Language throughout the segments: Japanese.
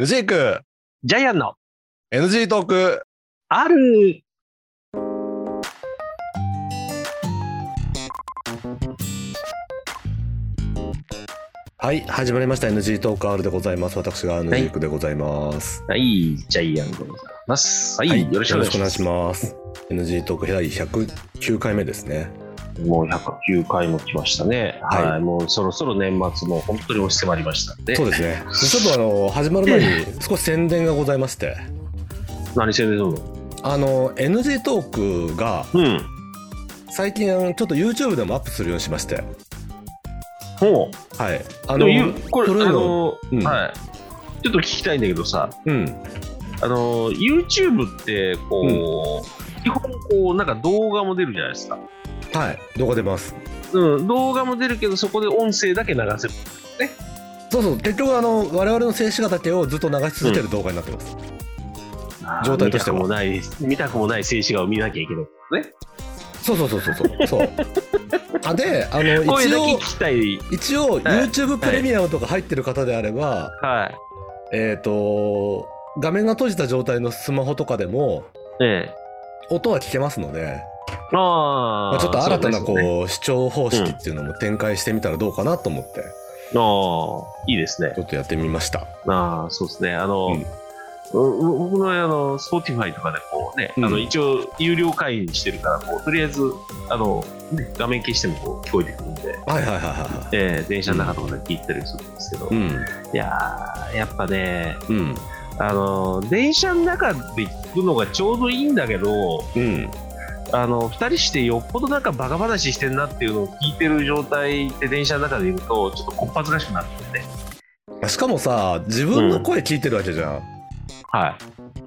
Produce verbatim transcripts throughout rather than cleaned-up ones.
ヌジークジャイアンのエヌジー トークある。 はい、始まりました エヌジー トーク R でございます。私がヌジークでございます。 はい、ジャイアンでございます。はい、 はい、 よろしくお願いします。 ます。エヌジー トーク第ひゃくきゅうかいめですね。 もうひゃくきゅうかいも来ましたね。はい、はい、もうそろそろ年末も本当に押し迫りましたんで。 そうですね。ちょっとあの始まる前に少し宣伝がございまして。 何宣伝するの？ あの エヌジー トークが、うん、最近ちょっと YouTube でもアップするようにしまして。 ほう。 はい。 あのこれあの、うん、はい。ちょっと聞きたいんだけどさ。うん。あの YouTube ってこう、うん、基本こうなんか動画も出るじゃないですか。 はい。動画出ます。 うん。動画も出るけどそこで音声だけ流せるね。 そうそう。結局あの我々の静止画だけをずっと流し続ける動画になってます。うん、状態としては。 見たくもない見たくもない静止画を見なきゃいけないね。 そうそうそうそうそう。そうあであの声だけ聞きたい。 一応 YouTube プレミアムとか入ってる方であれば、はい、えっ、ー、と画面が閉じた状態のスマホとかでも、ええ、音は聞けますので、あ、まあ、ちょっと新たなこう、ね、視聴方式っていうのも展開してみたらどうかなと思って、 うん、ああいいですね。 ちょっとやってみました。 ああそうですね。あの、うん僕のあの Spotify とかでこうね、うん、あの一応有料会員にしてるからこうとりあえずあの、ね、画面消してもこう聞こえてくるんで、はいはいはいはい、えー、電車の中とかで聞いたりするんですけど、うん、いやーやっぱね、うん、あの電車の中で聞くのがちょうどいいんだけど、うん、あのふたりしてよっぽどなんかバカ話してんなっていうのを聞いてる状態で電車の中でいるとちょっとこっぱずかしくなってね。 しかもさ自分の声聞いてるわけじゃん、うんはい、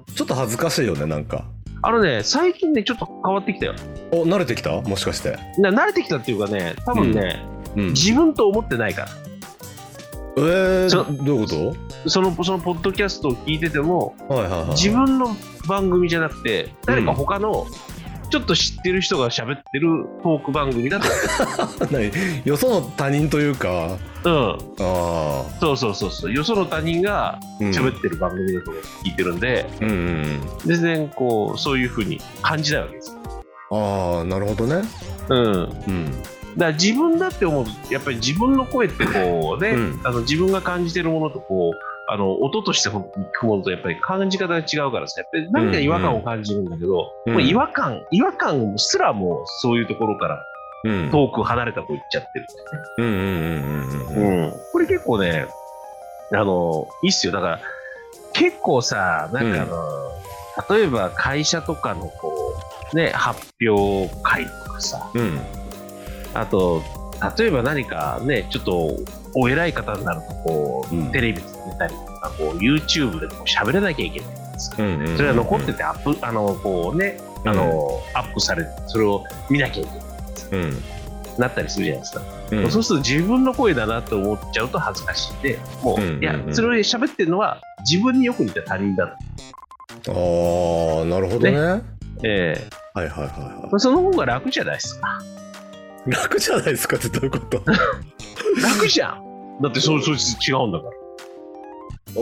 ちょっと恥ずかしいよね。なんかあのね最近ねちょっと変わってきたよ。 お慣れてきた？もしかしてな慣れてきたっていうかね多分ね、うんうん、自分と思ってないからえー、どういうこと？ そのそのポッドキャストを聞いてても、はいはいはい、自分の番組じゃなくて誰か他の、うんちょっと知ってる人が喋ってるトーク番組だと何よその他人というか、うん、 あそうそうそうそうよその他人が喋ってる番組だと聞いてるんで、うんうんうん、全然こうそういう風に感じないわけですよ。 ああなるほどね。うん、うん、 だから自分だって思うとやっぱり自分の声ってこうね、うん、あの自分が感じてるものとこうあの音として聞くものとやっぱり感じ方が違うからさやっぱり何か違和感を感じるんだけど、うんうん、もう違和感違和感すらもそういうところから遠く離れたと言っちゃってるんですね。これ結構ねあのいいっすよ。だから結構さなんかあの、うん、例えば会社とかのこうね発表会とかさ、うん、あと例えば何かねちょっとお偉い方になるとこう、うん、テレビで出たりとかこう YouTube でも喋らなきゃいけないんです、うんうんうんうん、それは残っててアップあのこうねあの、うん、アップされてそれを見なきゃいけないんです、うん、なったりするじゃないですか、うん、そうすると自分の声だなと思っちゃうと恥ずかしいんでもう、うんうんうん、いやそれを喋ってるのは自分によく似た他人だと。 ああなるほどね。ねえー、はいはいはいはい。その方が楽じゃないですか。 楽じゃないですかってどういうこと楽じゃん。だってそいつ違うんだから。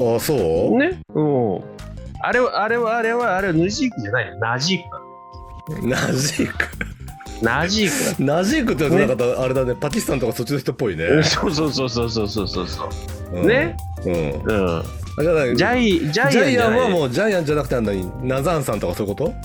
ああそうね。うん。あれはあれはあれはあれはヌジークじゃないの。ナジークだ。ナジーク。 ナジークだ。 ナジークってなんかあれだね。パキスタンとかそっちの人っぽいね。 そうそうそうそうそうそうそうそう。うん、ね。うん。うん。 じゃあジャイジャイアンジャイアンはもうジャイアンじゃなくてあんなにナザンさんとかそういうこと？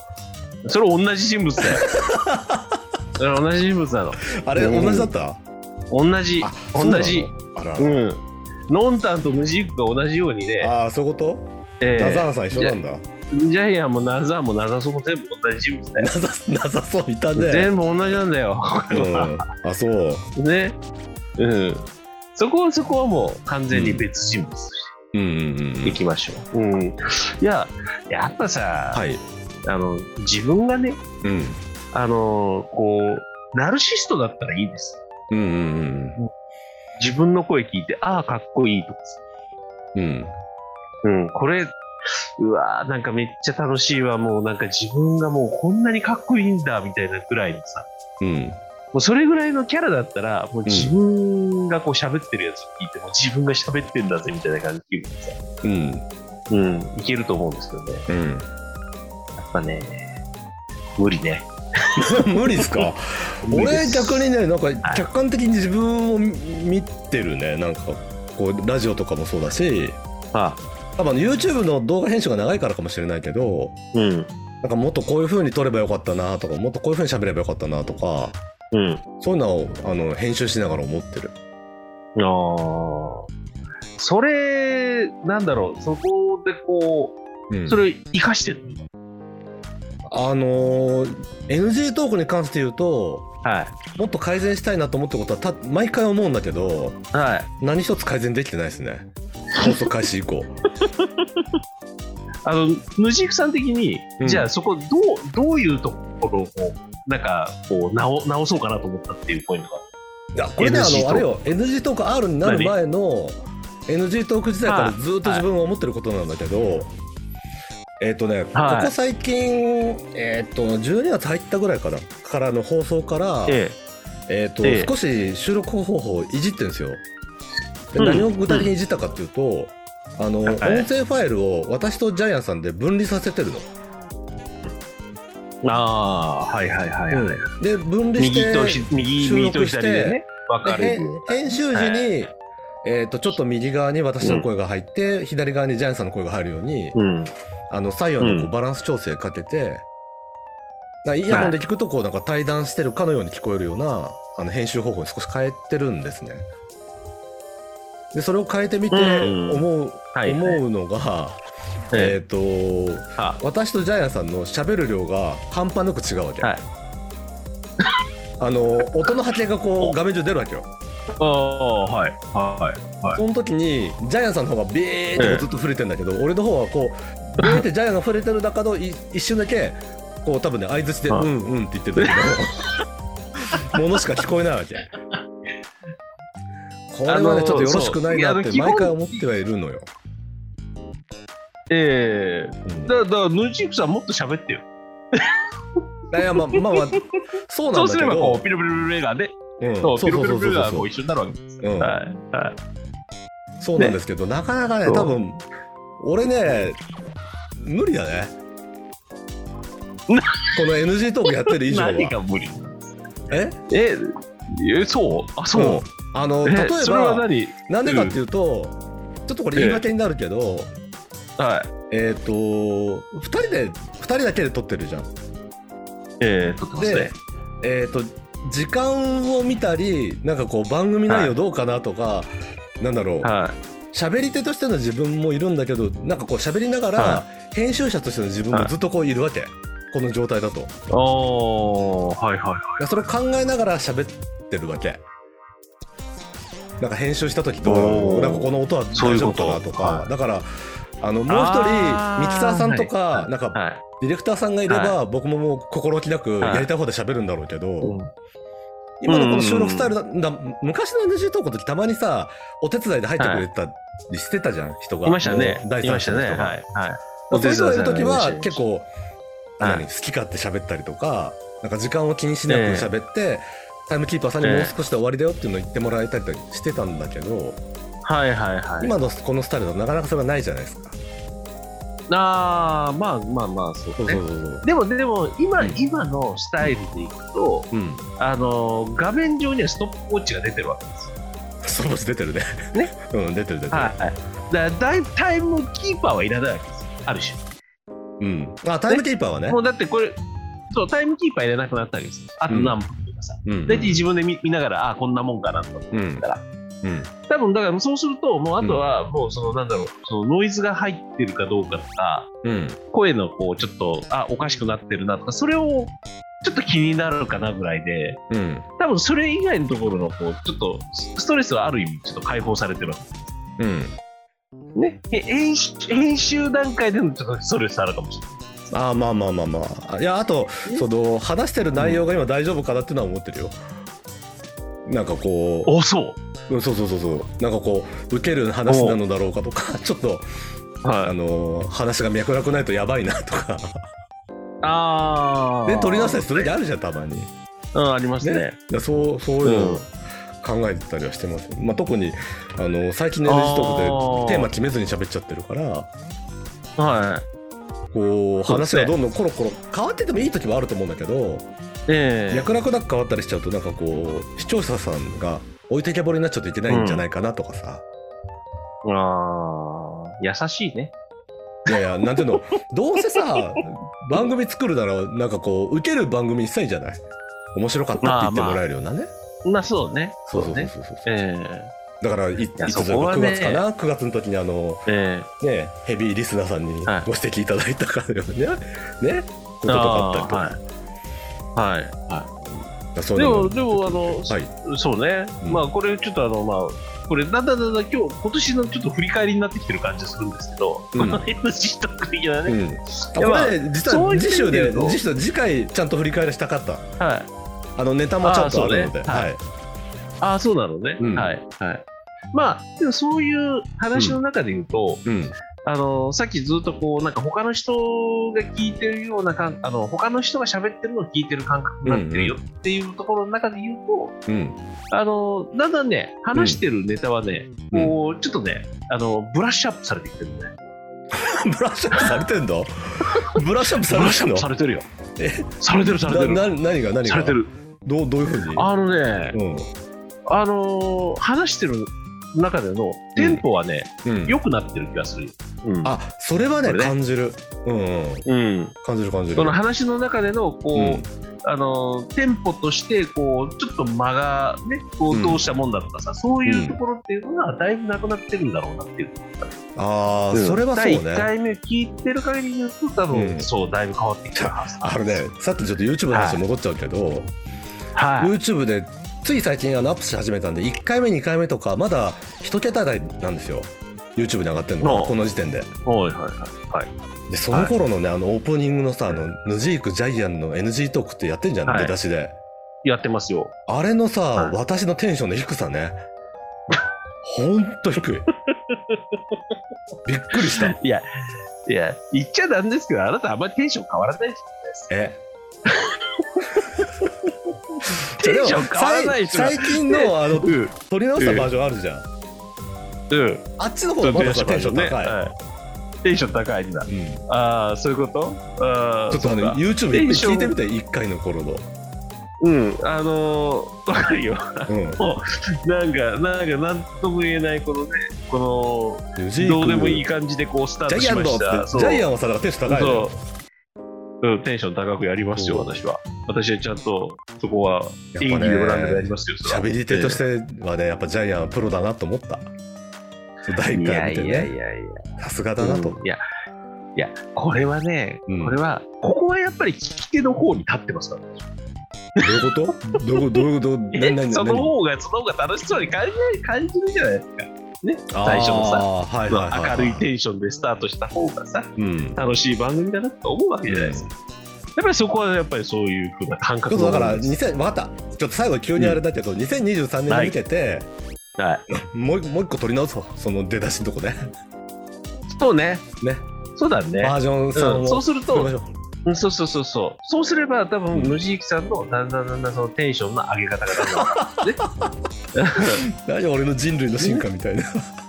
それ同じ人物だよ。それ同じ人物なの。 あれ、うん、同じだった？ 同じ同じ。あらら、うん、ノンタンとヌジークが同じようにね。 ああそういうこと、えー、ナザーンさん一緒なんだ。 ジャイアンもナザーンもナザソも全部同じ人物だよ。 ナザナザソいたね。 全部同じなんだよ、うん、 あそうね、うん、そこはそこはもう完全に別人物としていきましょう、うんうんうん、いややっぱさ、はい、あの自分がね、うん、あのこうナルシストだったらいいです、うんうんうん、自分の声聞いてああかっこいいとかさ、うんうん、これうわーなんかめっちゃ楽しいわもうなんか自分がもうこんなにかっこいいんだみたいなぐらいのさ、うん、もうそれぐらいのキャラだったらもう自分がこう喋ってるやつを聞いても自分が喋ってんだぜみたいな感じで言うさ、うん、 うん、いけると思うんですけどね。うん。やっぱね、無理ね。 無理ですか？俺逆にね、なんか客観的に自分を見てるね。なんかこうラジオとかもそうだし、ああ、多分 YouTube の動画編集が長いからかもしれないけど、うん、なんかもっとこういう風に撮ればよかったなとか、もっとこういう風に喋ればよかったなとか、うん、そういうのをあの編集しながら思ってる。 ああ、それなんだろう、そこでこう、うん、それ生かしてる。 あのー、エヌジー トークに関して言うと、はい、もっと改善したいなと思ったことはた毎回思うんだけど、はい、何一つ改善できてないですね。放送開始以降。 あのヌジークさん的に、うん、じゃあそこどうどういうところをなんかこう 直, 直そうかなと思ったっていうポイントが。 いやこれね、あのあれよ エヌジー トーク R になる前の エヌジー トーク時代からずっと自分は思ってることなんだけど、はい、えっ、ー、とね、はい、ここ最近、えっ、ー、とじゅうにがつ入ったぐらいかなからの放送から、えええーとええ、少し収録方法をいじってるんですよ。で、うん、何を具体的にいじったかっていうと、うん、あの、はい、音声ファイルを私とジャイアンさんで分離させてるの。 ああ、はいはいはい、はい、うん、 で分離して収録して、ね、分かる編集時に、はい、えーとちょっと右側に私の声が入って、うん、左側にジャイアンさんの声が入るように、うん、あの左右のこうバランス調整かけて、うん、イヤホンで聞くとこうなんか対談してるかのように聞こえるようなあの編集方法に少し変えてるんですね。でそれを変えてみて思う、うんはい、思うのが、えーとはあ、私とジャイアンさんの喋る量が半端なく違うわけ、はい、あの音の波形がこう画面上出るわけよ。 ああ、はいはいはい。 その時にジャイアンさんの方がビーってずっと触れてるんだけど、ええ、俺の方はこうビーってジャイアンが触れてる中の一瞬だけこう多分ね相づちでうんうんって言ってたけどものしか聞こえないわけ。これはねちょっとよろしくないなって毎回思ってはいるのよ。 ええーうん、だからヌジークさんもっと喋ってよ。 いやまあまあまあそうなんだけど、そうすればこうピルピルピルがね、うん、そうピルピルピルがこう一緒になるわけです。うん、はいはい。 そうなんですけど、ね、なかなかね多分俺ね無理だね。この エヌジー トークやってる以上は。 何が無理？ え？ え？えそう？あそう。うん、 あの例えばそれは何？なんでかっていうと、うん、ちょっとこれ言い訳になるけど。はい、えっ、ー、とふたりでふたりだけで撮ってるじゃん。 ええー、撮ってますね。で、 えっ、ー、と時間を見たりなんかこう番組内容どうかなとか、はい、なんだろう、はい、喋り手としての自分もいるんだけどなんかこう喋りながら、はい、編集者としての自分もずっとこういるわけ、はい、この状態だと。 ああはいはいはい。 それを考えながら喋ってるわけ。なんか編集した時とかなんかこの音は大丈夫かなとか、はい、だからあのもう一人ミキサーさんとか、はい、なんかディレクターさんがいれば、はい、僕ももう心置きなくやりたい方で喋るんだろうけど、はい、今のこの収録スタイルだ、うん、だ昔の エヌジー トークの時たまにさお手伝いで入ってくれたりしてたじゃん、人がいましたね。 第三者の人が、はいはい、そういう人がいる時は結構、はい、好き勝手喋ったりとかなんか時間を気にしなく喋って、えー、タイムキーパーさんにもう少しで終わりだよっていうのを言ってもらえたりしてたんだけど、 はいはいはい、 今のこのスタイルだとなかなかそれはないじゃないですか。 あーまあまあまあそうね。そうそうそう。でもでも今、うん、今のスタイルでいくと、うん、あの画面上にはストップウォッチが出てるわけですよ。 ストップウォッチ出てるね。ね、うん出てる出てる。はい。 だからタイムキーパーはいらないわけですよ。ある種。 うん。あタイムキーパーはね。ねもうだってこれそうタイムキーパーいらなくなったわけですよ。あと何分とかさ。うん、大体自分で 見, 見ながらあこんなもんかなと思ったら。うんうん、多分だからそうするともうあとはもうそのなんだろうそのノイズが入ってるかどうかとか、うん、声のこうちょっとあおかしくなってるなとかそれをちょっと気になるかなぐらいで、うん、多分それ以外のところのこうちょっとストレスはある意味ちょっと解放されてるわけです、うんね、編集、編集段階でのちょっとストレスあるかもしれない。 あまあまあまあまあいやあとその話してる内容が今大丈夫かなっていうのは思ってるよ。なんかこうおそうそうそうそうそうなんかこう受ける話なのだろうかとかちょっと、はい、あの話が脈絡ないとやばいなとかあで取り出したりする時あるじゃんたまに。 うんありますね。 ねそうそういうのを考えてたりはしてます、うんまあ、特にあの最近の エヌジー トークでテーマ決めずに喋っちゃってるからはい、 こう話がどんどんコロコロ変わっててもいい時もあると思うんだけど、えー、脈絡なく変わったりしちゃうとなんかこう視聴者さんが置いてけぼりになっちゃうといけないんじゃないかなとかさ、 うん、あ優しいね。 いやいやなんていうのどうせさ番組作るならなんかこう受ける番組にしたいじゃない。面白かったって言ってもらえるようなね。 まあ、まあ、そうね。 そうそうそうそうそう、えー、だからい, い, いつぞくがつかな、くがつの時にあの、えー、ねヘビーリスナーさんにご指摘いただいたからよね、はい、ねこととかあったりとか、 はいはい、はい、そうでもでもあの、はい、そうね、うん、まあこれちょっとあのまあこれだんだんだんだん今日今年のちょっと振り返りになってきてる感じするんですけど、うん、この エヌジー 特的なね、うん、 これ、ね、実は次週で実は次回ちゃんと振り返りしたかった、はい、あのネタもちゃんとあるので、 あ、はい、ああそうなのね、うん、はいはい。まあでもそういう話の中で言うと、うんうん、あのさっきずっとこうなんか他の人が聞いてるようなかんあの他の人が喋ってるのを聞いてる感覚になってるよっていうところの中で言うと、うん、あのだんだんね話してるネタはね、うん、こうちょっとねあのブラッシュアップされてきてるね。 ブラッシュアップされてんの？ブラッシュアップされてるの？ されてるよ。えされてるされてる。 な何が何がされてる。 どうどういうふうに？ あのね、うん、あのー、話してる中でのテンポはね、うん、良くなってる気がする。 うん、あ、それはね感じる。うん、うん、感じる感じる。 その話の中でのこう、うん、あのテンポとしてこうちょっと間がねこうどうしたもんだとかさ、うん、そういうところっていうのがだいぶなくなってるんだろうなっていう。 ああ、うん、それはそうね。だいいっかいめ聞いてる限り言うと多分、うん、そうだいぶ変わってきたはず。 あのね、さっきちょっと YouTube の話に戻っちゃうけど、はい、YouTube でつい最近あのアップし始めたんでいっかいめにかいめとかまだ一桁台なんですよ。 YouTube に上がってるのこの時点で。はいはいはい。でその頃のね、はい、あのオープニングのさあのヌジークジャイアンの エヌジー トークってやってんじゃん、はい、出だしでやってますよ。 あれのさ、はい、私のテンションの低さねほんと低いびっくりした。 いやいや言っちゃなんですけどあなたあんまりテンション変わらないです。 えテンション変わらない人最近のあの、うん、撮り直したバージョンあるじゃん、うん、あっちの方がまだテンション高い、ね、はい、 テンション高いんだ、うん、ああそういうこと。あちょっとあの YouTube で聞いてみていっかいの頃の。 うんあのー、分かるよ、うん、もうなんかなんかなんとも言えないこのねこのどうでもいい感じでこうスタートしました。 ジャイアンはさだからテンション高いの。 うん、テンション高くやりますよ。私は私はちゃんとそこは演技でもなんでもやりますよ。 喋り手としてはねやっぱジャイアンはプロだなと思った。だいいっかい見てね。いやいやいやいやさすがだなと、うん、 いやいやこれはね、うん、これはここはやっぱり聞き手の方に立ってますから。 どういうことどうどうどう何何その方がその方が楽しそうに感じ感じるじゃないですか。ね、最初のさ、はいはいはいはい、明るいテンションでスタートした方がさ、うん、楽しい番組だなと思うわけじゃないですか、うん、やっぱりそこはやっぱりそういう風な感覚だからにせん分かったちょっと最後急にあれだけど、うん、にせんにじゅうさんねん見てて、はいはい、もうもう一個取り直そうその出だしのとこね。 そうねねそうだねバージョンさんを、 うん、そうするとうん、そうそうそうそうそうすれば多分ムジーキさんのだんだんだんだんそのテンションの上げ方がだんだん何俺の人類の進化みたいな。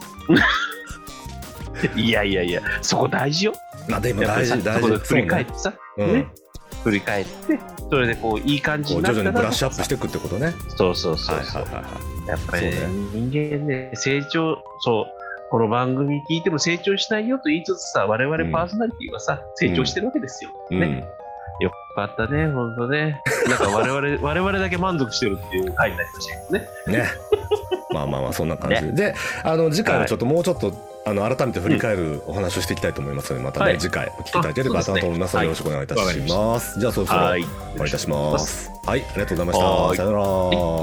いやいやいやそこ大事よ。 まあでも大事大事。 振り返ってさ、ねうん、振り返ってそれでこういい感じになったら徐々にブラッシュアップしていくってことね。 そうそうそうそう、はいはいはい、やっぱり、ねね、人間ね成長そうこの番組聞いても成長しないよと言いつつさ我々パーソナリティはさ、うん、成長してるわけですよ、うん、ね、うん、よかったね本当ねなんか我々我々だけ満足してるっていう回になりましたけどね。 ねまあまあまあそんな感じで、ね、であの次回はちょっともうちょっと、はい、あの改めて振り返るお話をしていきたいと思いますので、またね、はい、次回お聞きいただければと思いますので、よろしくお願いいたします。はい、じゃあそろそろ終わりいたします。はい、ありがとうございました。さよなら。